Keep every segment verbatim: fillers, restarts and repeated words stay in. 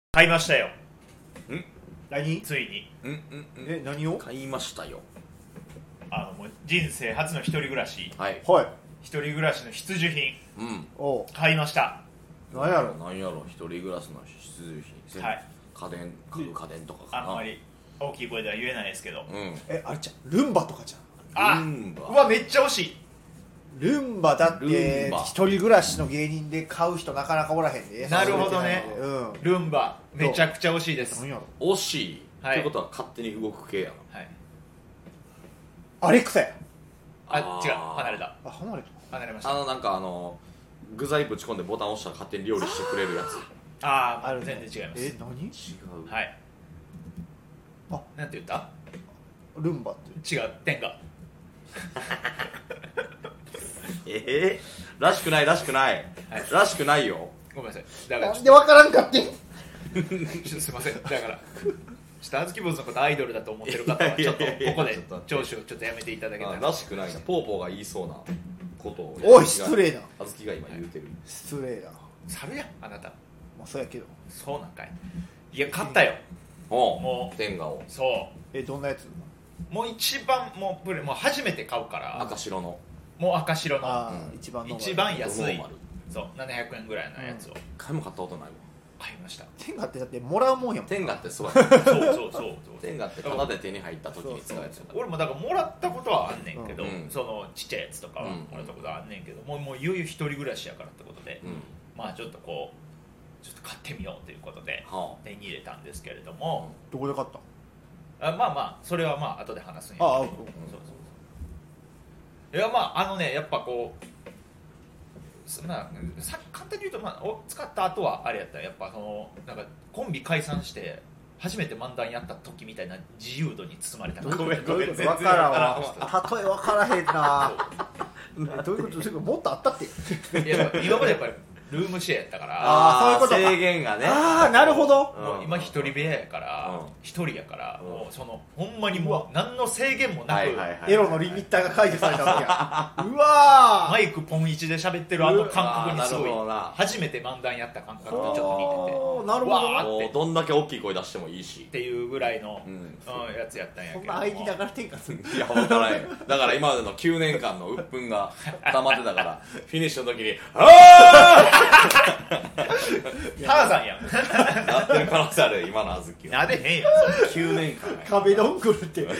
買いましたよ。ん何ついに。 うんうんうんえ、何を買いましたよ。 あのもう人生初の一人暮らし、 はい。 はい。 一人暮らしの必需品うん。 おう。 買いました。 何やろ。 なんやろ、一人暮らしの必需品。 はい。 家電、家具家電とかかな。 あんまり大きい声では言えないですけど。 うん。 え、あれちゃん、ルンバとかじゃん。 あルンバうわめっちゃ惜しい。 ルンバだっルてンバ一人暮らしの芸人で買う人なかなかおらへんで。 なるほどねうん。 ルンバめちゃくちゃ惜しいです。 何やろ。 惜しい。 はいってことは勝手に動く系やな。 はい。 アレクサや。 ああー違う離れたあ、離れた。 離れました。 あのなんかあの具材ぶち込んでボタン押したら勝手に料理してくれるやつ。 あああるね全然違います。 え、何？ 違う。 はい。 あなんて言った？ ルンバって。 違う天下。 えー、らしくないらしくない、 はいらしくないよ。 ごめんなさい。だからなんでわからんかってん。 ちょっとすいません。だからちょっとあずき坊主のことアイドルだと思ってる方はちょっとここで聴取をちょっとやめていただけたら。 あらしくないな。ポーポーが言いそうなことを。 おい、失礼な。 あずきが今言うてる。 失礼だ。 猿やんあなた。 まあ、そうやけど。 そうなんかい。いや買ったよ。 おうもう天下をそえ、どんなやつ？ う。もう一番もうプレもう初めて買うから赤白のもう赤白のああ、 うん一番の。 一番安いノーマル。 そうななひゃくえんぐらいのやつを一回も買ったことないわ。 買いました。 天下ってだってもらうもんやもん。 天下ってそうやそうそうそうそう。 天下ってタダで手に入った時に使うやつやから。 俺もだからもらったことはあんねんけど、 うんそのちっちゃいやつとかはうんもらったことはあんねんけど、もうもういよいよ一人暮らしやからってことで、 うんまあちょっとこうちょっと買ってみようということでは手に入れたんですけれども、 どこで買った？ あまあまあそれはまあ後で話すんやけど、 ああ、 そうそうそういやまああのねやっぱこうそまあさ簡単に言うと、まあ、お使った後はあれやったらやっぱそのなんかコンビ解散して初めて漫談やった時みたいな自由度に包まれた。 どういうことごめんごめん全然わからんわわ。例えわからへんな。えどういうこと？どういうこと？もっとあったって。 いや今までやっぱりルームシェアやったからあーそういうことか制限がね。 ああ、なるほど。 うんもう今一人部屋やからうん一人やからうんもうそのほんまにもう何の制限もなくはいはいはいエロのリミッターが解除されたわけや。うわー。 マイクポンいちで喋ってるあの感覚にすごいうわーなるほどな初めて漫談やった感覚とちょっと似てておーなるほど。 わーもうどんだけ大きい声出してもいいしっ。ていうぐらいの、 ううんんやつやったんやけどそんな喘ぎながら天下する。 いや分からんよ。だから今までのきゅうねんかんの鬱憤が溜まってたからフィニッシュの時に「あターザンやんー!」なってる可能性あるよ今のあずきはなでへんよきゅうねんかんや壁ドングルって。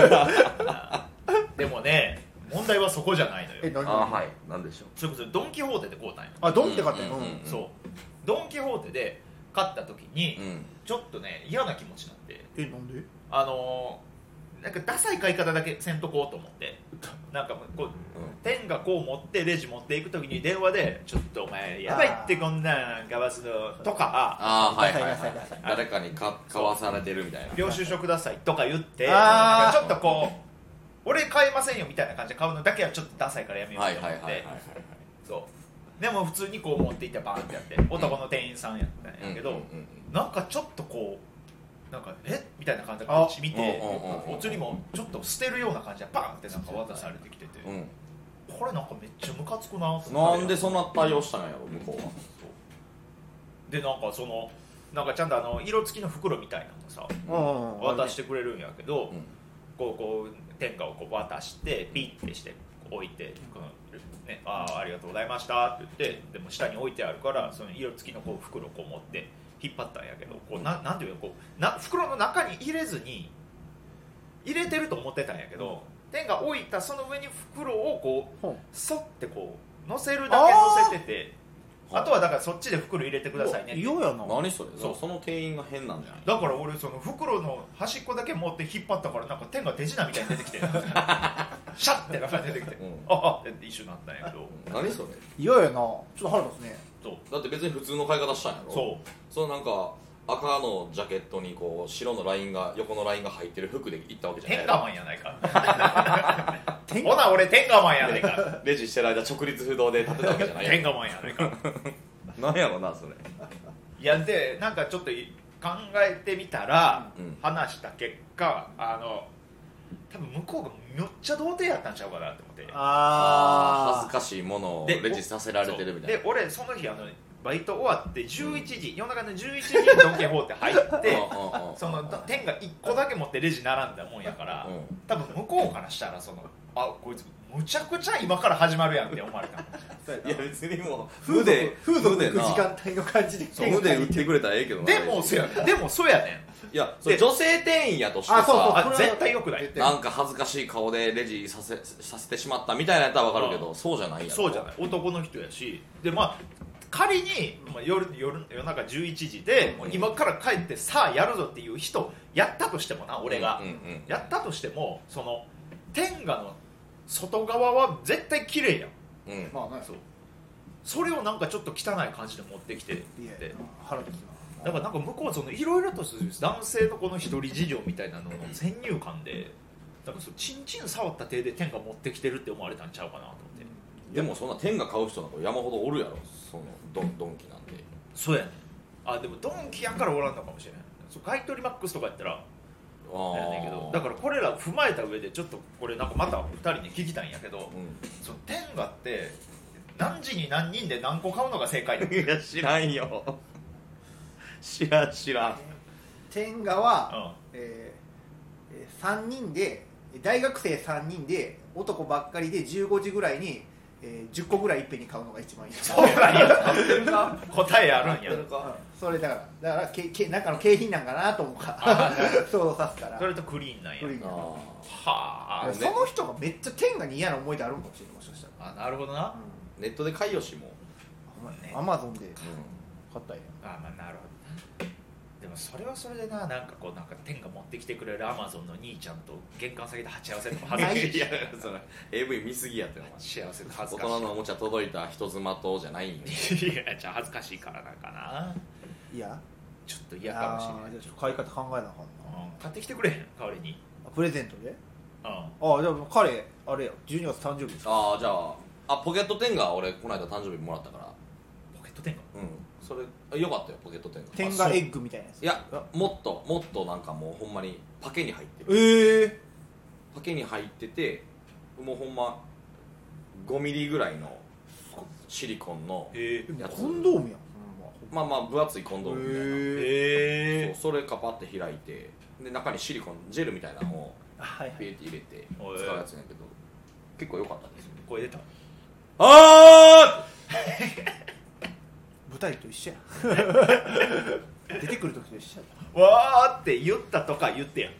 でもね問題はそこじゃないのよ。 え、何？ あはいなんでしょそれこそドン・キホーテで買うたんよ。 あ、ドンって買ったよ。 うんうんうんそうドン・キホーテで買った時に、 う。うんちょっとね嫌な気持ちになってえ、なんで？ あのー、なんかダサい買い方だけせんとこうと思ってなんかこう天がこう持ってレジ持っていく時に電話で「ちょっとお前やばいってこんなんかわすの」とかああはいはいはいダサいダサいダサい誰かにか買わされてるみたいな。 領収書くださいとか言ってあーなんかちょっとこう俺買えませんよみたいな感じで買うのだけはちょっとダサいからやめようはいと思ってはいはいはいはいそうでも普通にこう持っていってバーンってやって男の店員さんやったんやけど、 うんうんうんなんかちょっとこうなんかえみたいな感じであこっち見てうんうんうんうんお釣りもちょっと捨てるような感じでバーンってなんか渡されてきてて、 うんこれなんかめっちゃムカつくなとうん。 思ってなんでそんな対応したんやろ向こうは。 でなんかそのなんかちゃんとあの色付きの袋みたいなのさうん。 渡してくれるんやけど、 うんこうこう天下をこう渡してピッてして置いて、このね、ああありがとうございましたって言ってでも下に置いてあるからその色付きのこう袋をこう持って引っ張ったんやけどこうななんていうのこうな袋の中に入れずに入れてると思ってたんやけど、天が置いたその上に袋をこうほうそってこう乗せるだけ乗せててあとはだからそっちで袋入れてくださいねって嫌やな。 何それ。 そうその店員が変なんじゃない。 だから俺その袋の端っこだけ持って引っ張ったからなんか天が手品みたいに出てきてシャッてなんか出てきて、 うんああって一緒になったんやけど何それ。 嫌やな。ちょっと腹立つね。 そうだって別に普通の買い方したんやろ。 そうそのなんか赤のジャケットにこう白のラインが横のラインが入ってる服で行ったわけじゃない天下マンやないか天ほな俺天下マンやないかレジしてる間直立不動で立ってたわけじゃない天下マンやないかなんやろなそれ。 いやでなんかちょっと考えてみたら、 うん話した結果あの多分向こうがめっちゃ童貞やったんちゃうかなって思ってあー恥ずあかしいものをでレジさせられてるみたいな。 で俺その日あのバイト終わってじゅういちじ夜中のじゅういちじにドン・キホーテ入ってその天がいっこだけ持ってレジ並んだもんやから多分向こうからしたらそのあこいつむちゃくちゃ今から始まるやんって思われたいや別にもう風俗風俗で行く時間帯の感じでそう腕打ってくれたらええけどなでもそうやねんでもそうやねんいやそれ女性店員やとしてあそうそうさんあ絶対よくないなんか恥ずかしい顔でレジさせさせてしまったみたいなやったら分かるけど、 うんそうじゃないやろそうじゃない男の人やしでまあ仮に、まあ、夜, 夜, 夜中じゅういちじで、もう今から帰ってさあやるぞっていう人やったとしてもな俺が、 うんうんうん、 やったとしてもその天下の外側は絶対綺麗やんうんまあねそうそれをなんかちょっと汚い感じで持ってきていやで腹立つなだからなんか向こうはそのいろいろとする男性のこの一人事情みたいなのの先入観でなんかそうチンチン触った手で天下持ってきてるって思われたんちゃうかなと思ってでもそんな天が買う人なんか山ほどおるやろそのドンドンキなんてそうやねんあでもドンキやからおらんのかもしれないそう買い取りマックスとかやったらあやねんけどだからこれらを踏まえた上でちょっとこれなんかまたふたりに聞きたいんやけど、 うその天下って何時に何人で何個買うのが正解なのん、いや知らんよ知らん知らん天下は、 うんえーえー、さんにんで大学生さんにんで男ばっかりでじゅうごじぐらいに、えー、じゅっこぐらいいっぺんに買うのが一番いいそうなんや答えあるんやうんそれだからだからけけ中の景品なんかなと思うから想像さすからそれとクリーンなんやクリーンあはあその人がめっちゃ天下に嫌な思い出あるんかもしれないもしかしたらあなるほどな、 ネットで買いよしも、 ほんまやねアマゾンでう買ったんやあまあなるほどなでもそれはそれでななんかこうなんか天が持ってきてくれるアマゾンの兄ちゃんと玄関先で鉢合わせるのも恥ずかしいん、いやそれ エーブイ 見すぎやってお前幸せで恥ず大かしい人のおもちゃ届いた人妻とじゃないんよいやじゃあ恥ずかしいからなんかないやちょっと嫌かもしれないあーじゃあちょっと買い方考えなあかんなうん買ってきてくれへん代わりにあプレゼントでうんああじゃあ彼あれやじゅうにがつ誕生日ですああじゃああポケットテンガ俺この間誕生日もらったからポケット天下うんそれあよかったよポケットテンガ天下エッグみたいなやついやもっともっとなんかもうほんまにパケに入ってるええパケに入っててもうほんまごミリぐらいのシリコンのへー、 やつコンドームやんまあまあ分厚いコンドームみたいな、 へえそうそれカパって開いてで中にシリコンジェルみたいなのをはいはいピーって入れておい使うやつやけど結構良かったですよ声出たあ舞台と一緒や出てくる時と一緒やわーって言ったとか言ってや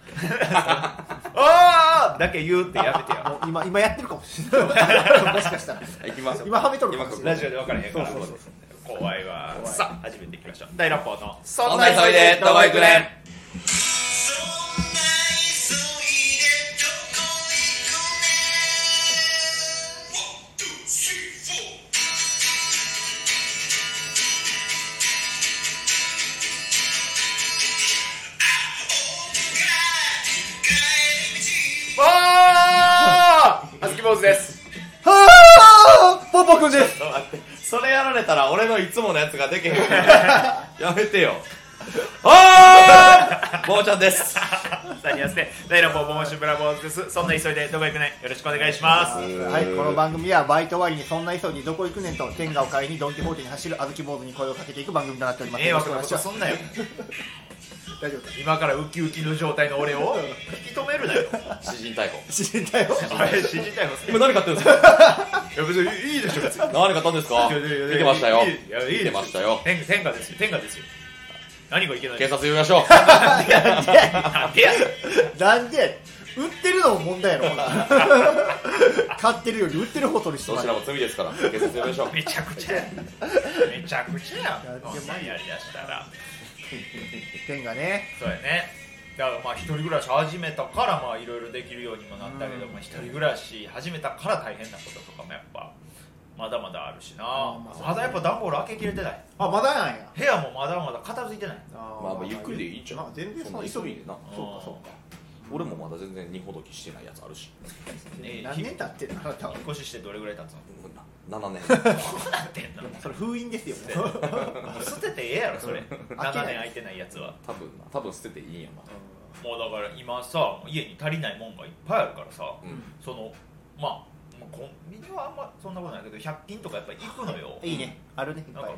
あーだけ言うってやめてやもう今今やってるかもしれないもしかしたらー行きますよ今はめとるかもしれないラジオで分からへんからそうそうそう怖いわ怖いさあ始めていきましょう大乱暴のそそんな急いでどこ行くねんわーあずき坊主ですはあポポくんですちょっと待ってそれやられたら俺のいつものやつができへんからやめてよあー坊ちゃんです何やって大乱暴ボモシブラ坊主ですそんな急いでどこ行くねよろしくお願いしますはい、この番組はバイト終わりにそんな急ぎどこ行くねんと天下を買いにドン・キホーテに走るあずき坊主に声をかけていく番組となっております迷惑なこよろしくお願いしとそんなよます大丈夫か今からウキウキの状態の俺を引き止めるなよ詩人逮捕死んだよあれ信じたいの今何買ってるんですかいや別にいいでしょ別に何買ったんですかいやいやいや見てましたよいいいやいいです見てましたよ天天下ですよ天下ですよ何がいけない警察呼びましょうなんでやなんで売ってるのも問題やろほら買ってるより売ってる方取る人どちらも罪ですから警察呼びましょうめちゃくちゃやめちゃくちゃやんやこんなんやりだしたら天下ねそうやねだからまあ一人暮らし始めたからまあいろいろできるようにもなったけど、 うんまあ一人暮らし始めたから大変なこととかもやっぱまだまだあるしな、 あまあまだやっぱ段ボール開けきれてないあまだなんや部屋もまだまだ片付いてないあまあまあゆっくりでいいんちゃうまあ全然そんな急ぎでそんな急いでなそうかそうか俺もまだ全然荷ほどきしてないやつあるしね何年経ってるのあなたは引っ越ししてどれぐらい経つのななねんどうなってんのそれ封印ですよねもう捨ててええやろそれ開けないななねん空いてないやつは多分な多分捨てていいんやなもうだから今さ家に足りないもんがいっぱいあるからさ、 うんそのまあコンビニはあんまそんなことないけどひゃく均とかやっぱり行くのよいいねあるねいっぱいなんか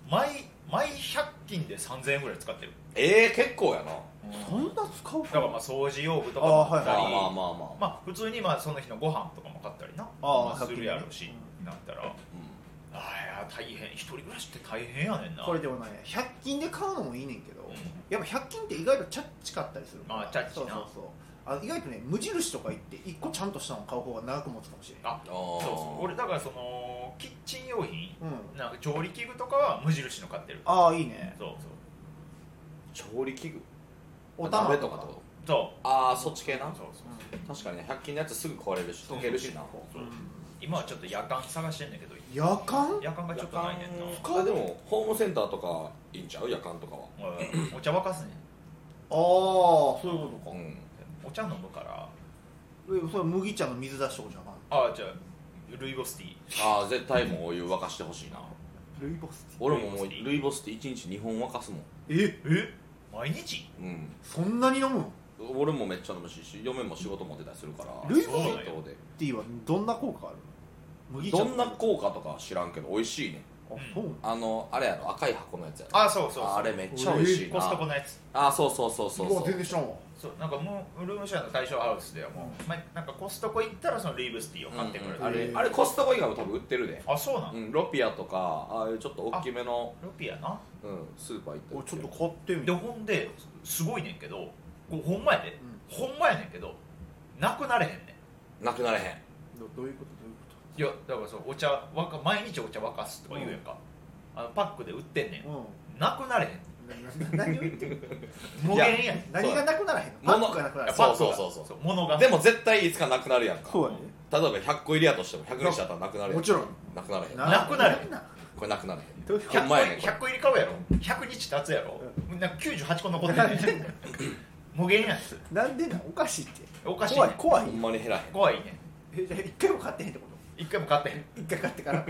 毎毎ひゃく均でさんぜんえんぐらい使ってる。 えー、結構やな。 そんな使うだからまあ掃除用具とかあ買ったり、 まあまあまあまあ、 まあ普通にまあその日のご飯とかも買ったりな、 あまあするやろうし、 うなったら、 うんああいや大変、一人暮らしって大変やねんな。 これでもねひゃく均で買うのもいいねんけど、 うんやっぱひゃく均って意外とチャッチかったりするから、 まあチャッチなそうそうそう、あ意外とね無印とか行っていっこちゃんとしたの買う方が長く持つかもしれない。 あそうそう、俺だからそのキッチン用品、 うん、 なんか調理器具とかは無印の買ってる。 ああいいね。 そうそう調理器具お玉鍋とかってことそうああそっち系な。 そうそう確かにねひゃく均のやつすぐ壊れるし溶けるしな。 そう、今はちょっと夜間探してんだけど、 夜間夜間がちょっとないねんな。 あでもホームセンターとかいいんちゃう夜間とかは。 うんお茶沸かすねん。 ああそういうことか、 うんお茶飲むから。 えそれ麦茶の水出しとかじゃない？ ああじゃあルイボスティー。 ああ絶対もうお湯沸かしてほしいな。 ルイボスティー。 俺ももうルイボスっていちにちにほん沸かすもん。 ええ毎日？ うんそんなに飲むの？ 俺もめっちゃ飲むし嫁も仕事持ってたりするからルイボス水筒でティーはどんな効果あるの？麦茶どんな効果とか知らんけど美味しいね。 あそうなの？ あのあれやろ赤い箱のやつやろ。 あそうそうそう、 あれめっちゃ美味しいな。 コストコのやつ。 あそうそうそうそううわそう全然知らんわ。 そうなんかもうルームシェアの対象ハウスではもう、まあ、なんかコストコ行ったらそのルイボスティーを買ってくる、 うんうんあれへーあれコストコ以外も多分売ってるで。 あそうなん、 うんロピアとかああいうちょっと大きめのロピアな。 うんスーパー行ったらおちょっと買ってみでて。 ほんですごいねんけど、こうほんまやで、ほんまやねんけどなくなれへんねなくなれへん。 どどういうことどういうこん。いやだからそうお茶わか毎日お茶沸かすとか言うやんか、あのパックで売ってんねん、 と？うん。 なくなれへん。 な何を言ってる？ 無限やん。 何がなくならへんの？パ物ックがなくならへん。 そうそうそうそう物がでも絶対いつかなくなるやんか。 そうやね。 例えばひゃっこ入りやとしてもひゃくにちだったらなくなるやん。 もちろんなくなれへん。 なくなるなこれなくなれへん。 どういうこひゃくほんまやねんこれひゃっこ入り買うやろ、ひゃくにち経つやろ、なんかきゅうじゅうはちこ残ってんねん無限やん。 となんでなんおかしいって。 おかしいね怖い怖いほんまに減らへん。 怖いね。 えじゃあ一回も買ってへんってこと？ 一回も買ってへん。 一回買ってから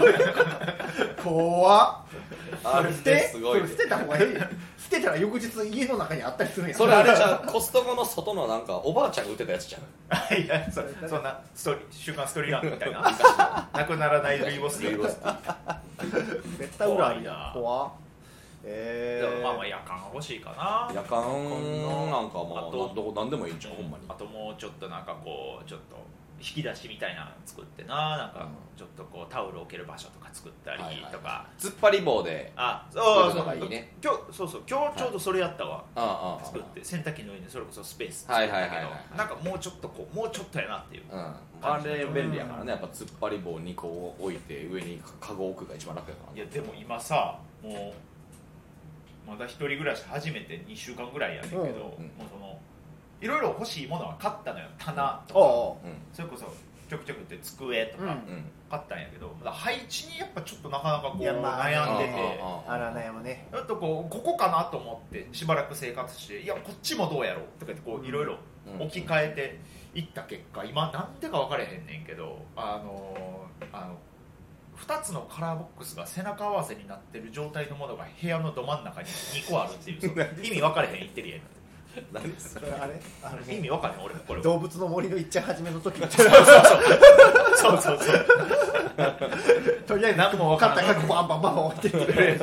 怖っ。 あれそれ捨てすごいねそれ捨てた方がいい。捨てたら翌日家の中にあったりするんや。 それあれじゃんコストコの外のなんかおばあちゃんが売ってたやつじゃん。 いやそそんなストーリー週刊ストーリーランドみたいななくならないルイボスティー。 ルイボスティー絶対裏あるや怖いなん怖っ。えー、 でもまあまあ夜間が欲しいかな。 夜間なんかまああとなどこなんでもいいんちゃうほんまにあ。ともうちょっとなんかこうちょっと引き出しみたいなの作ってな、なんかうんちょっとこうタオル置ける場所とか作ったりはいはいとか、 突っ張り棒であそうそう作るのがいいね。 今日そうそう今日ちょうどそれやったわ、 あああ作って洗濯機の上にそれこそスペース作はいったけはいはいはいど、なんかもうちょっとこうもうちょっとやなっていう。 あうんあれ便利やからね。やっぱ突っ張り棒にこう置いて上にカゴ置くが一番楽やからね。 いやでも今さもうまだ一人暮らし始めてにしゅうかんぐらいやねんけど、 うんもうそのいろいろ欲しいものは買ったのよ。棚とかおううんそれこそちょくちょくって机とかうんうん買ったんやけど、まだ配置にやっぱちょっとなかなかこういやまあ悩んでて、 ああら悩むね。 ちょっとこうここかなと思ってしばらく生活して、いやこっちもどうやろうとか言ってこういろいろ置き換えていった結果、今なんでか分かれへんねんけど、あのあのふたつのカラーボックスが背中合わせになってる状態のものが部屋のど真ん中ににこあるっていうその意味分かれへん言ってるやん。 何そそれあれあの意味分かれへん俺これ。 動物の森のいっちゃん初めの時みたいそうそうそうそうな。とりあえず何も分からん買ったからバンバンバンバン置いてって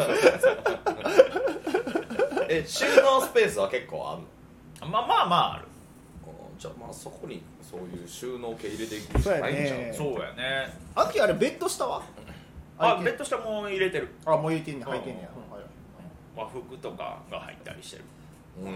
え収納スペースは結構あるの？ まあまあまあある。 じゃあまあそこにそういう収納系入れていくしかないんじゃん。 そうやねそうやね。 あきあれベッド下はあれベッド下も入れてる。 あもう入れてんねん入ってんねや。 うんはいはい和服とかが入ったりしてる。 うん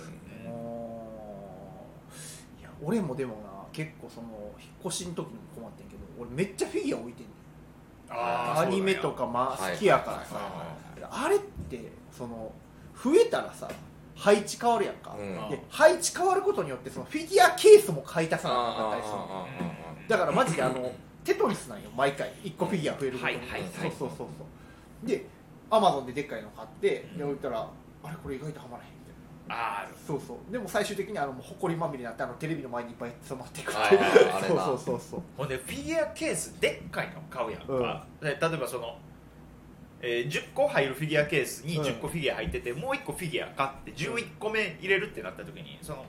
いや俺もでもな結構その引っ越しの時に困ってんけど俺めっちゃフィギュア置いてんねん。アニメとかまあ好きやからさ、あれってその増えたらさ配置変わるやんか、 うんで配置変わることによってそのフィギュアケースも買いたさなかったりするのだからマジであのテトリスなんよ毎回いっこフィギュア増えるごとに、 はいはいはいそうそうそうそうでアマゾンででっかいの買ってで置いたらあれこれ意外とはまらへんみたいな。 ある。 そうそうでも最終的にあのもう埃まみれになってあのテレビの前にいっぱい詰まっていくはいはいはいあれそうなそうそうそうほんでフィギュアケースでっかいの買うやんか、で例えばその、えーじゅっこ入るフィギュアケースにじゅっこフィギュア入ってて、もういっこフィギュア買ってじゅういっこめ入れるってなった時にその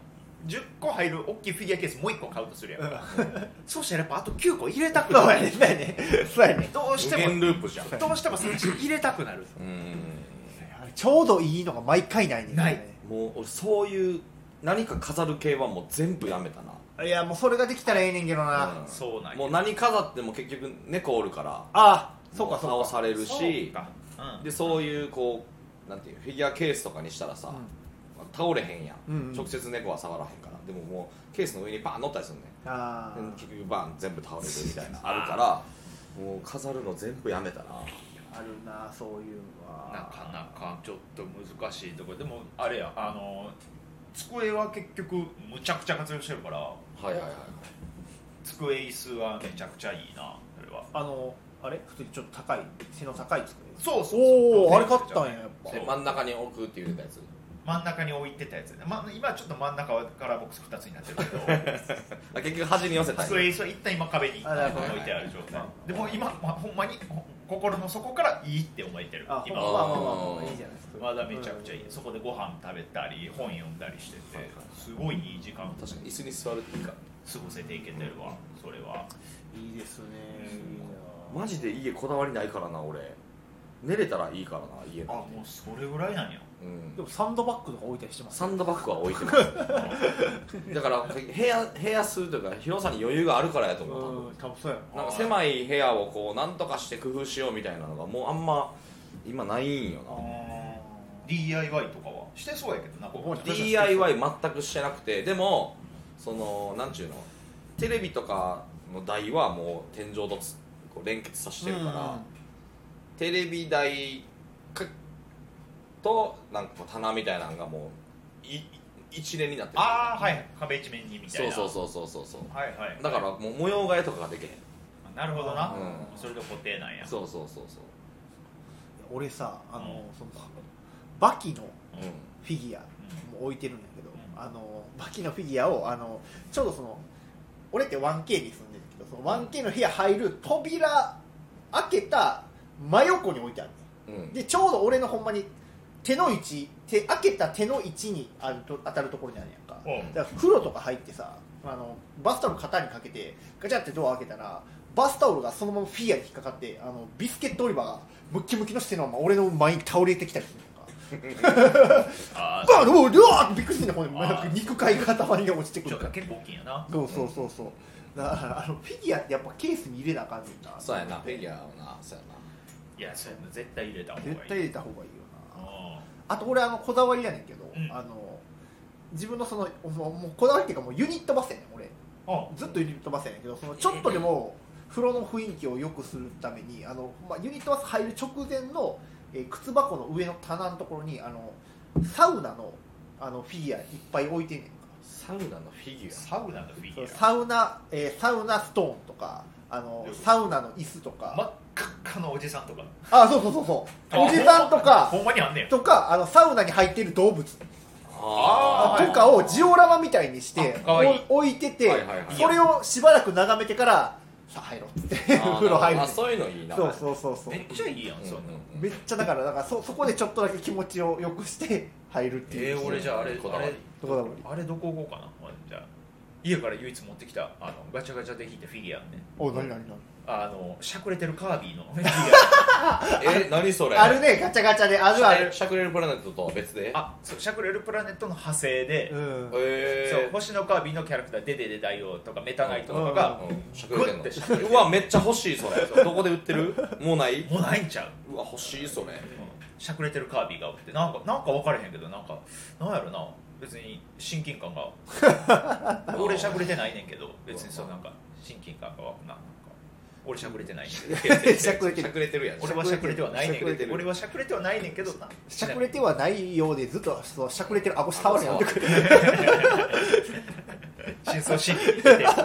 じゅっこ入る大きいフィギュアケースもういっこ買うとするやんかそうしたらやっぱあときゅうこ入れたくなるそうやねそうやねどうして無限もループじゃんどうしてもそっち入れたくなるうんちょうどいいのが毎回ないねんないもう俺そういう何か飾る系はもう全部やめたな、 いやもうそれができたらええねんけどな、 うんそうなんやもう何飾っても結局猫おるからああそうかもそうか倒されるしそうかうんでそういうこうなんていうフィギュアケースとかにしたらさ、倒れへんやん、 うんうん直接猫は触らへんからでももうケースの上にバーン乗ったりするねああんで結局バーン全部倒れるみたいなあるからもう飾るの全部やめたなあるなそういうのはなかなかちょっと難しいところでもあれやあの机は結局むちゃくちゃ活用してるからはいはいはい机椅子はめちゃくちゃいいなそれはあのあれ普通にちょっと高い背の高い机そうそうそうおおあれ買ったんややっぱで真ん中に置くって言ってたやつ真ん中に置いてたやつ、ま、今ちょっと真ん中からボックスふたつになってるけどあ結局端に寄せたんや机椅子は一旦今壁に置あなるほどいてある状態はいでも今、ま、ほんまにほ心の底からいいって思えてるあ今まあまあまあはまあいいじゃないですかまだめちゃくちゃいい、そこでご飯食べたり本読んだりしててすごいいい時間確かに椅子に座るっていいか過ごせていけてるわそれはいいですねマジで家こだわりないからな俺寝れたらいいからな家あのもうそれぐらいなんやうんでもサンドバッグとか置いたりしてますサンドバッグは置いてますだから部屋部屋数というか広さに余裕があるからやと思う多分うん多分そうやろなんか狭い部屋をこうなんとかして工夫しようみたいなのがもうあんま今ないんよなディーアイワイ とかはしてそうやけどなここディーアイワイ 全くしてなくてでもそのなんちゅうのテレビとかの台はもう天井とつこう連結させてるから、 うんテレビ台かとなんか棚みたいなのがもうい一連になってるああはい壁一面にみたいなそうそうそうそうそうそうはいはいだからもう模様替えとかができへんなるほどな、 うんそれで固定なんやそうそうそうそう俺さあの、 うんそのバキのうフィギュアも置いてるんやけど、 うんあのバキのフィギュアをあのちょうどその俺って ワンケー に住んでるけどその ワンケー の部屋入る扉開けた真横に置いてある、 んうんでちょうど俺のほんまに手の位置手開けた手の位置にあると当たるところにあるやんか、 うんだから風呂とか入ってさあのバスタオル肩にかけてガチャってドア開けたらバスタオルがそのままフィギュアに引っかかってあのビスケット売り場がムッキムキのしてのまま俺の前に倒れてきたりするあバーンおううわーってびっくりしてんねんほんであーなんか肉塊が塊が落ちてくるからちょっと結構大きいんやなそうそうそうそうだからあのフィギュアってやっぱケースに入れなあかんねんなそうやなフィギュアをなそうやいやそれ絶対入れた方がいい絶対入れた方がいいよなうあと俺あのこだわりやねんけど、 うんあの自分のそのもうもうこだわりっていうかもうユニットバスやねん俺んずっとユニットバスやねんけどそのちょっとでも風呂の雰囲気を良くするためにあの、まあ、ユニットバス入る直前の、えー靴箱の上の棚のところにあのサウナのあのフィギュアいっぱい置いてんねんかサウナのフィギュサウナのフィギュアサウナ、えーサウナストーンとかあのサウナの椅子とか、 真っ赤っかのおじさんとかあそうそうそうそうおじさんとかほんまにあんねんとかあのサウナに入っている動物あーとかをジオラマみたいにしてあかわいいお置いてて、 はいはいはいそれをしばらく眺めてからさあ入ろうっつって風呂入るあそういうのいいなそうそうそうそうめっちゃいいやんそんなめっちゃだからだからそそこでちょっとだけ気持ちを良くして入るっていうえー、俺じゃああれあれこだわりとこだわりあれどこ行こうかなじゃあ家から唯一持ってきたあのガチャガチャで引いたフィギュアねお何何何あのしゃくれてるカービィのフィギュえ何それあるねガチャガチャであるあるシャクレルプラネットとは別でアあそうしゃくれるプラネットの派生で、 うんへそう星のカービィのキャラクターデデデ大王とかメタナイトとかが、 うんしゃくれてんグッてしゃくれてるのうわめっちゃ欲しいそれどこで売ってるもうないもうないんちゃう、 うわ欲しいそれしゃくれてるカービィがおってなんかなんか分からへんけどなんかなんやろな別に親近感が俺しゃくれてないねんけど別にそうなんか親近感が湧くななんか俺しゃくれてないねんけどしゃくれてるしゃくれてるやん俺はしゃくれてはないねんしゃくれてるけど俺はしゃくれてはないねんけどなしゃくれてはないようでずっとそうしゃくれてる顎触るやん顎深層心理に出てる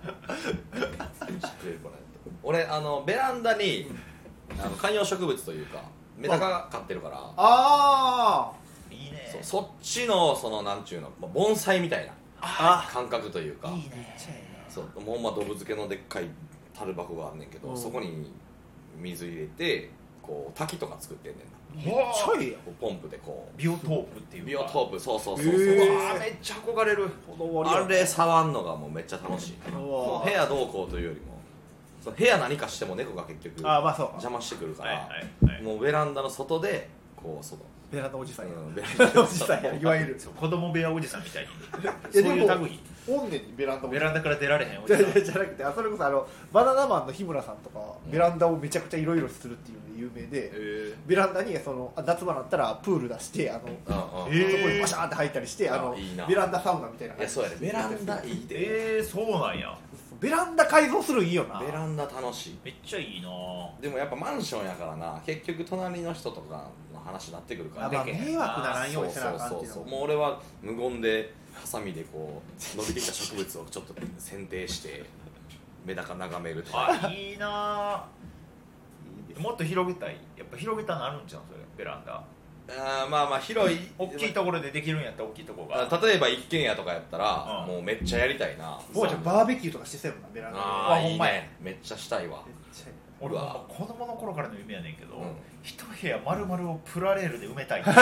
俺あのベランダにあの観葉植物というかメダカ飼ってるからあいいねそそっちのそのなんちゅうのまあ盆栽みたいなあ感覚というかいいねそうもうまあ動物系のでっかい樽箱があんねんけど、 うんそこに水入れてこう滝とか作ってんねんなめっちゃいいやん。 ポンプでこうビオトープっていうかビオトープそうそうそうそう、 へーうわめっちゃ憧れる。 あれ触んのがもうめっちゃ楽しい。 うわもう部屋どうこうというよりもその部屋何かしても猫が結局あーまあそう邪魔してくるから、 はいはいはい。 もうベランダの外でこう外ベランダおじさんや、 うんベランベランダおじさんやいわゆるそう子供部屋おじさんみたいにいそうやでもいう類。 おんねんにベランダおじさんベランダから出られへんおじゃじさん。 じゃなくてあそれこそあのバナナマンの日村さんとか、ベランダをめちゃくちゃいろいろするっていうので有名で、 えベランダにそのあ夏場になったらプール出してあの、 うんうんえーそこにバシャーって入ったりしてあのいいなベランダサウナみたいないやそうやねベランダいいー、 で、 えー、そうなんや。 ベランダ改造するんいいよな。 ベランダ楽しい。 めっちゃいいな。 でもやっぱマンションやからな結局隣の人とかの話になってくるから、 あまあでけへん迷惑ならんようにせなあかんそうそうそうっていうのもう俺は無言でハサミでこう伸びてきた植物をちょっと剪定してメダカ眺めるとかあいいな。もっと広げたい。やっぱ広げたのあるんじゃんそれベランダ。 あーまあまあ広い大きいところでできるんやったら大きいところが。 例えば一軒家とかやったら、 うんもうめっちゃやりたいな。 もうじゃバーベキューとかしてそうやもんなベランダであーいいあほんまやねめっちゃしたいわ。 めっちゃいい俺うわも子供の頃からの夢やねんけど、 うん一部屋丸々をプラレールで埋めたい。も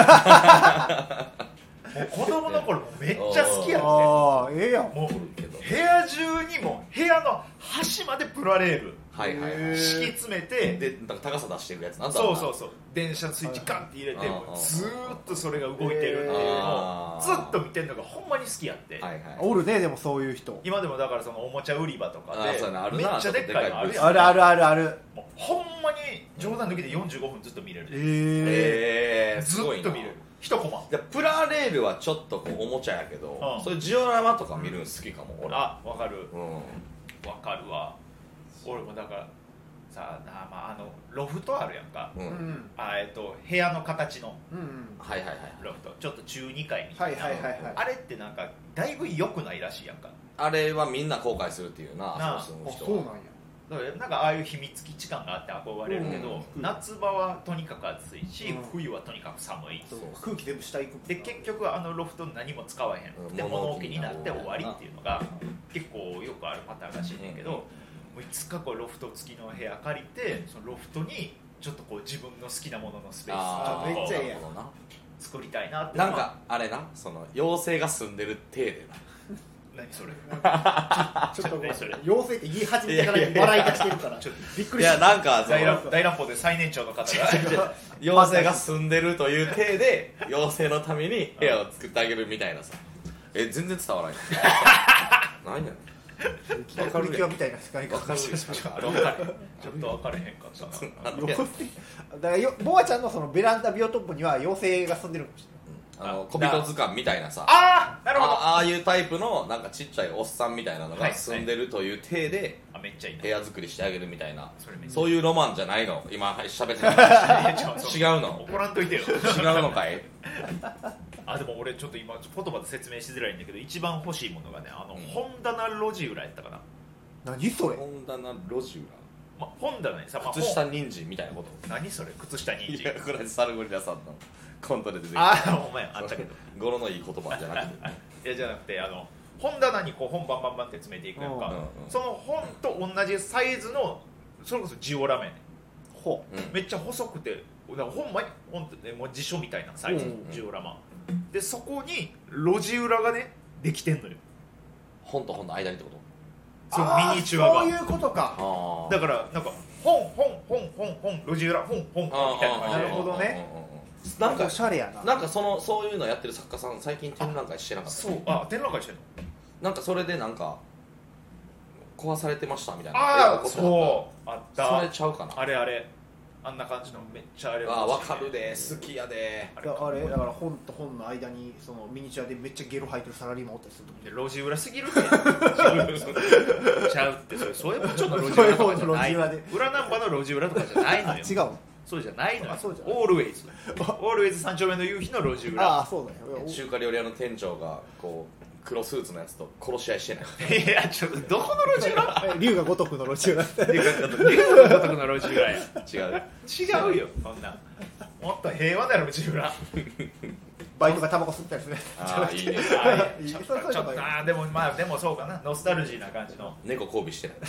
う子供の頃もめっちゃ好きやって。 ああええやんもうおるけど部屋中にも部屋の端までプラレールはいはいはいへー敷き詰めて、 でなんか高さ出していくやつなんだそうそうそう電車のスイッチガンって入れて、 はいもうずーっとそれが動いてるっていうのをあーずっと見てるのがほんまに好きやって、 はいはいおるねでもそういう人今でもだからそのおもちゃ売り場とかであーそうやなあるめなっちゃでっかいのあるやん。 あるあるあるあるもうほんまに冗談抜きでよんじゅうごふんずっと見れる、 ええー、 ずすごいなっと見れる一コマ。 でプラレールはちょっとこうおもちゃやけど、 うんそういうジオラマとか見るの好きかも、俺あわかるうんわかるわ。俺もだからさあ、まあ、あのロフトあるやんか、 うん、 えうんあえっと部屋の形のうんうんはいはいはいロフトちょっと中にかいみたな、 はいいはいはいはいあれってなんかだいぶ良くないらしいやんか。 あれはみんな後悔するっていうななあそうする人あそうなんやだからなんかああいう秘密基地感があって憧れるけど、 うん夏場はとにかく暑いし、 うん冬はとにかく寒い、 そう空気全部下行くもんなで結局あのロフト何も使わへんくてうん物置になって終わりっていうのが結構よくあるパターンらしいねんけど、 うんもういつかこうロフト付きの部屋借りてそのロフトにちょっとこう自分の好きなもののスペースあーをちょっとこうめっちゃいいやんなるほどな作りたいなってなんかあれなその妖精が住んでる体でな何それちょっと何それ妖精って言い始めてから笑い出してるからちょっとびっくりしたいやなんかそ大の乱大乱歩で最年長の方が妖精が住んでるという体で妖精のために部屋を作ってあげるみたいなさえ全然伝わらない何やねプリキュアみたいな使い方んわかるしてしまうちょっと分かれへんちょっと分かれへんかったななんでや妖精だからよボアちゃんのそのベランダビオトップには妖精が住んでるかもしあの小人図鑑みたいなさああなるほどあああいうタイプのなんかちっちゃいおっさんみたいなのはいが住んでるという体であめっちゃいいな部屋作りしてあげるみたいなそれめっちゃそういうロマンじゃないの今喋ってたいやちょそう違うの怒らんといてよ違うのかいあでも俺ちょっと今言葉で説明しづらいんだけど一番欲しいものがねあの、 うん本棚路地裏やったかな、 れない何それ本棚路地ま、本棚にさ、ま裏靴下人参みたいなこと本何それ靴下人参いやこれサルゴリラさんのコントで出てきたああお前あったけど語呂のいい言葉じゃなくていやじゃなくてあの本棚にこう本バンバンバンって詰めていくやんか、 うんうんその本と同じサイズのそれこそジオラマやねほうんめっちゃ細くてだからほんまに本ってねもう辞書みたいなサイズ、 うんジオラマでそこに路地裏がねできてんのよ本と本の間にってことそのあーミニチュアがそういうことかあだからなんか本本本本本路地裏本本本みたいな感じでなるほどねなんかおしゃれやななんかそのそういうのやってる作家さん最近展覧会してなかったそうあ展覧会してんのなんかそれでなんか壊されてましたみたいなああうそうあったそれちゃうかなあれあれあんな感じのめっちゃあれあ分かるで好きやであだからあれだから本と本の間にそのミニチュアでめっちゃゲロ吐いてるサラリーマンおったりすると思うで路地裏すぎるってちゃうってそれそういうもんちょっと路地裏とかじゃないそういうもんの路地裏で裏ナンバの路地裏とかじゃないのよ違うのそうじゃないのよあそうじゃないオールウェイズオールウェイズ三丁目の夕日の路地裏ああそうだよ中華料理屋の店長がこう黒スーツのやつと殺し合いしてないいやちょっとどこの路地裏え龍が如くの路地裏龍が如くの路地裏や違う違うよそんなもっと平和な路地裏バイトがタバコ吸ったりするああいいねいいちょっそうそういうのがいいとちょっとあーでもまあでもそうかなノスタルジーな感じの猫交尾してない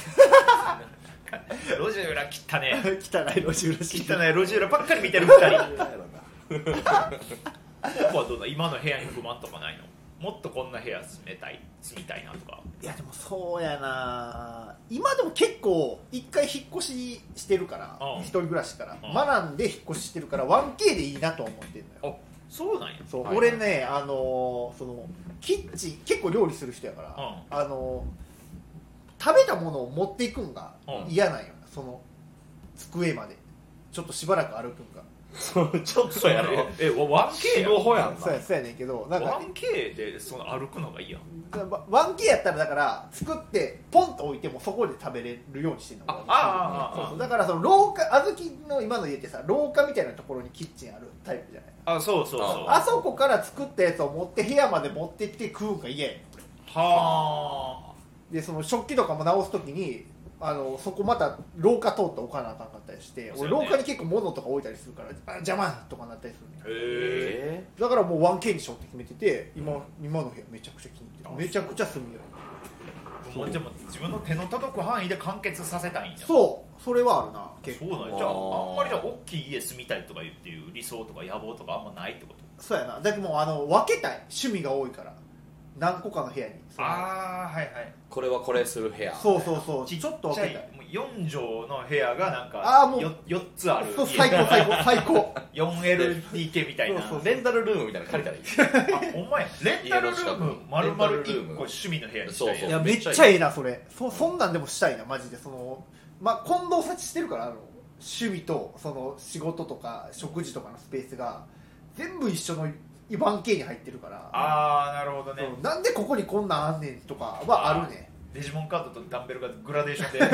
路地裏切ったね汚い路地裏し汚い路地裏ばっかり見てるふたりここはどうだ、今の部屋に不満とかないの？もっとこんな部屋住めたい、住みたいなとか。 いやでもそうやな、今でも結構一回引っ越ししてるから、 うん、 一人暮らしから、 うん、 学んで引っ越ししてるから ワンケー でいいなと思ってるのよ。 あ、そうなんや。 そう、 はいはい、 俺ね、あのー、そのキッチン結構料理する人やから、 うん、 あのー、食べたものを持っていくんが嫌なんよ、うん、その机までちょっとしばらく歩くんがそうちょっとやろえ ワンケー や仕事やんな。 そうやそうやねんけど、なんかワンケー でその歩くのがいいやん。 ワンケー やったらだから作ってポンと置いてもそこで食べれるようにしてるの。 あああそうそう、だからその廊下、あずきの今の家ってさ廊下みたいなところにキッチンあるタイプじゃない。 あ、そうそうそう。 あそこから作ったやつを持って部屋まで持ってって食うんが嫌やねん。 はあ。 でその食器とかも直すときにあのそこまた廊下通って置かなあかんかったりして、俺廊下に結構物とか置いたりするからあ邪魔とかなったりするね。 へえ。 だからもう ワンケー にしようって決めてて、今、うん、今の部屋めちゃくちゃ気に入ってる。めちゃくちゃ住みよい。 もうでも自分の手の届く範囲で完結させたいんや。 そうそれはあるな。結構そうなんや。じゃああんまりじゃあ大きい家住みたいとか言っていう理想とか野望とかあんまないってこと？ そうやな。だけどもうあの分けたい、趣味が多いから何個かの部屋に。 ああ、はいはい。 これはこれする部屋。 そうそうそう、 ちちょっと分けたい。 もうよん畳の部屋がなんかあもうよ, よっつある。 そう最高最高最高よんエルディーケー みたいな。 そうそうレンタルルームみたいなの借りたらいい。 あ、ほんまや。レンタルルーム丸々いっこ趣味の部屋にしたい。 そうそういやめっちゃええなそれ。 そ, そんなんでもしたいなマジで。そのまあ混同さちしてるから、あの趣味とその仕事とか食事とかのスペースが全部一緒の ワンケー に入ってるから。 ああ、なるほどね。 なんでここにこんなんあんねんとかはあるね。 デジモンカードとダンベルがグラデーションでグ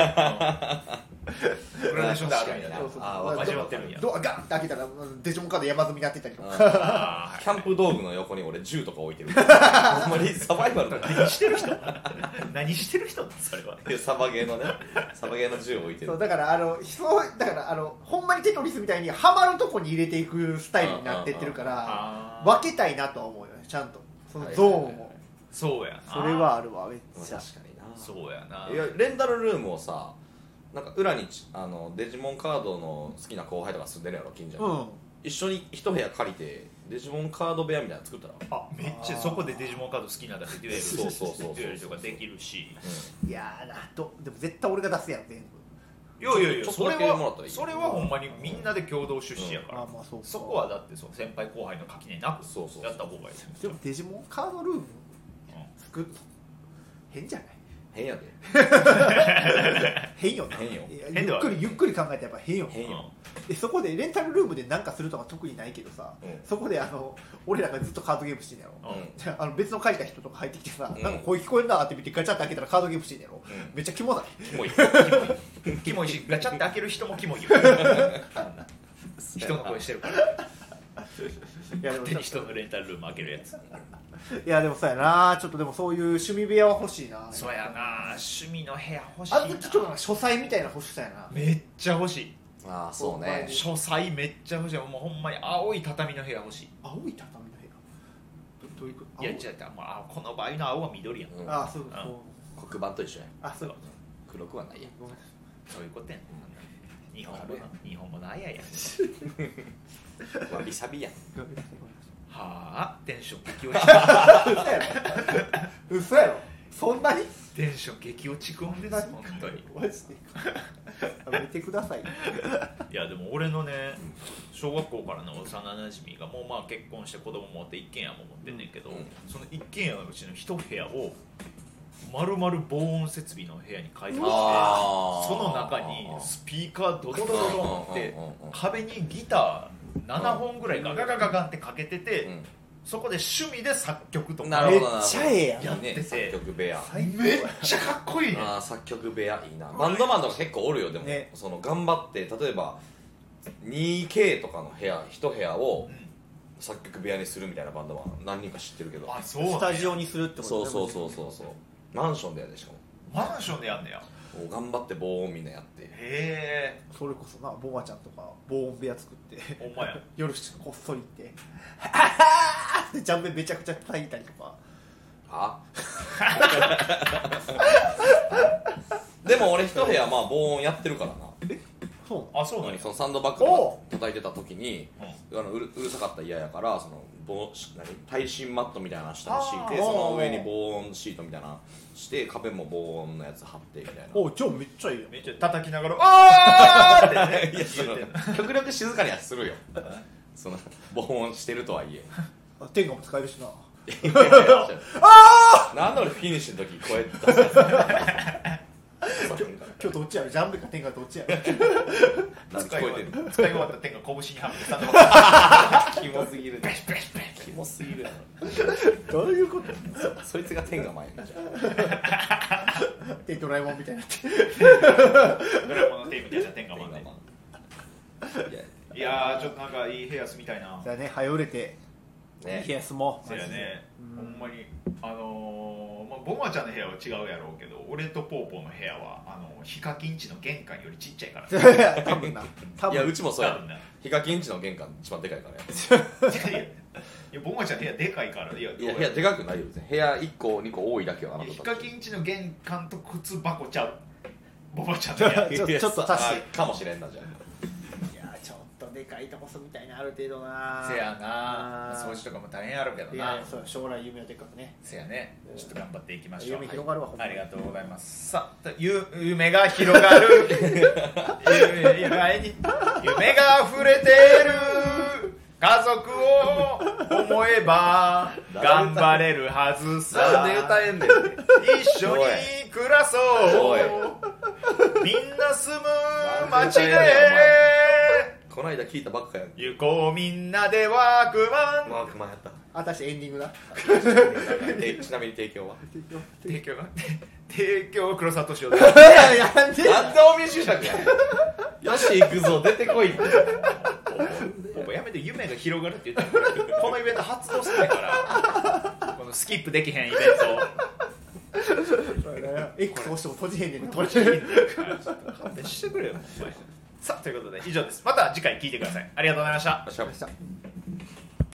ラデーションであるんやな。 そうそう、 あー交わってるんや。 ドアガンって開けたらデジモンカード山積みになってたりとか。 キャンプ道具の横に俺銃とか置いてる。ほんまにサバイバルとか何してる人何してる人それは。 サバゲーのね、サバゲーの銃を置いてる。 そうだからあのそうだからあのほんまにテトリスみたいにハマるとこに入れていくスタイルになってってるから分けたいなとは思うよね、ちゃんとそのゾーンを。 そうやな。 それはあるわめっちゃ。 確かにな。 そうやな。 いやレンタルルームをさ、なんか裏にあのデジモンカードの好きな後輩とか住んでるやろ近所に、うん、一緒に一部屋借りてデジモンカード部屋みたいなの作ったら、 あ、めっちゃそこでデジモンカード好きなんだって言える。 そうそうそう言えるとかできるし、 うん、いやーなとでも絶対俺が出すやん全部。 いやいやいや、それはそそれはほんまにみんなで共同出資やから、うん、 あまあそうか。 そこはだってその先輩後輩の垣根なくそうそうやった方がいいですよ。 でもデジモンカードルーム作るの変じゃない？ 変やで。 変よな。 変よ。 ゆっくりゆっくり考えてやっぱ変よ。 変よ。 でそこでレンタルルームで何かするとか特にないけどさ、うん、そこであの俺らがずっとカードゲームしてんやろ、うん、じゃあ、あの別の借りた人とか入ってきてさ、うん、なんか声聞こえんなって見てガチャって開けたらカードゲームしてんやろ、うん、めっちゃキモない？ キモいキモいしガチャって開ける人もキモいよ人の声してるから勝手に人のレンタルルーム開けるやつ。 いやでもそうやな、ちょっとでもそういう趣味部屋は欲しいな。 そうやな、趣味の部屋欲しいな。 あずきとか書斎みたいな欲しさやな。 めっちゃ欲しい。 ああそうね、 書斎めっちゃ欲しい。もうほんまに青い畳の部屋欲しい。 青い畳の部屋 ど, どういうこと？ いや違う違う、まあ、この場合の青は緑やん、 うん、ああそうそう、 うん、黒板と一緒や。 あそう黒くはないやん。 そういうことやん。日本語の日本語のあややわびさびやん。 はあ、テンション激落ち。 嘘やろそんなにテンション激落ち込んです本当に。 マジでやめてください。 いやでも俺のね小学校からの幼なじみがもうまあ結婚して子供持って一軒家も持ってんねんけど、うん、その一軒家のうちの一部屋を丸々防音設備の部屋に改造して、その中にスピーカードドドドドンって壁にギターななほんぐらいガガガガガンってかけてて、うん、そこで趣味で作曲とかめっちゃええやんやってて、 ね、作曲部屋めっちゃかっこいいね。 あ作曲部屋いいな。バンドマンとか結構おるよ。でも、ね、その頑張って例えば にケー とかの部屋一部屋を作曲部屋にするみたいなバンドマン何人か知ってるけど、 あそうね、 スタジオにするってことね。そうそうそうそうそう、マンションでやでしかもマンションでやんねや。 もう頑張って防音みんなやって。へえ。 それこそなボマちゃんとか防音部屋作ってほんまや夜こっそり行ってハハーってジャンベめちゃくちゃ叩いたりとか。 あでも俺一部屋まあ防音やってるからな。 えそうあそうなの。 そのサンドバッグとか叩いてた時に、うん、 あのう る, うるさかったら嫌やからその防何耐震マットみたいなの下に敷いてその上に防音シートみたいなのして壁も防音のやつ貼ってみたいな。 おじゃあめっちゃいいよ。 めっちゃ叩きながらあーってねいやその極力静かにはするよその防音してるとはいえあ天下も使えるしな。 あなんで俺フィニッシュの時声出すやつ今日どっちやるジャンベか天下どっちやるなんで聞こえてるの使い終わった天が拳にはめてサンドバッグキモすぎるねキモすぎるやどういうことろそいつが天が前にじゃでドラえもんみたいになってドラえもんの天みたいな天がまんねいいやーちょっとなんかいい部屋住みたいな。 じゃあね早売れてね部屋住もう。 そうやね、ほんまにあのーまあ、ボマちゃんの部屋は違うやろうけど俺とポーポーの部屋はあのヒカキン家の玄関よりちっちゃいからね多分な多分いやうちもそうや多分なヒカキン家の玄関一番でかいからやいやいやボマちゃんの部屋でかいからいやいや部屋でかくないよ別に部屋いっこにこ多いだけはあなたヒカキン家の玄関と靴箱ちゃうボマちゃんの部屋ちょちょっと足してあかもしれんなじゃいやちょっとでかいとこ住みたいなある程度な。 せやなあー掃除とかも大変あるけどいなやそう将来夢はでかくね。 せやねちょっと頑張っていきましょう。 夢広がるわほんまありがとうございます。さあゆ夢が広がる夢夢に夢が溢れてる家族を思えば頑張れるはずさ。 なんで歌えんねん一緒に暮らそおいうみんな住むなん街でで歌えんねんおこの間聞いたばっかやん行こうみんなでワークマン。 マークマンやった私エンディングだえちなみに提供は提供が提供黒沢敏夫でやんでなんでおみしゃくやよし行くぞ出てこいってポポやめて夢が広がるって言ってるからこのイベント発動してないからこのスキップできへんイベント X 押しても閉じへんねんね閉じへんからちょっと勘弁してくれよほんまに。さあということで以上です。また次回聞いてください。ありがとうございました。 よっしゃ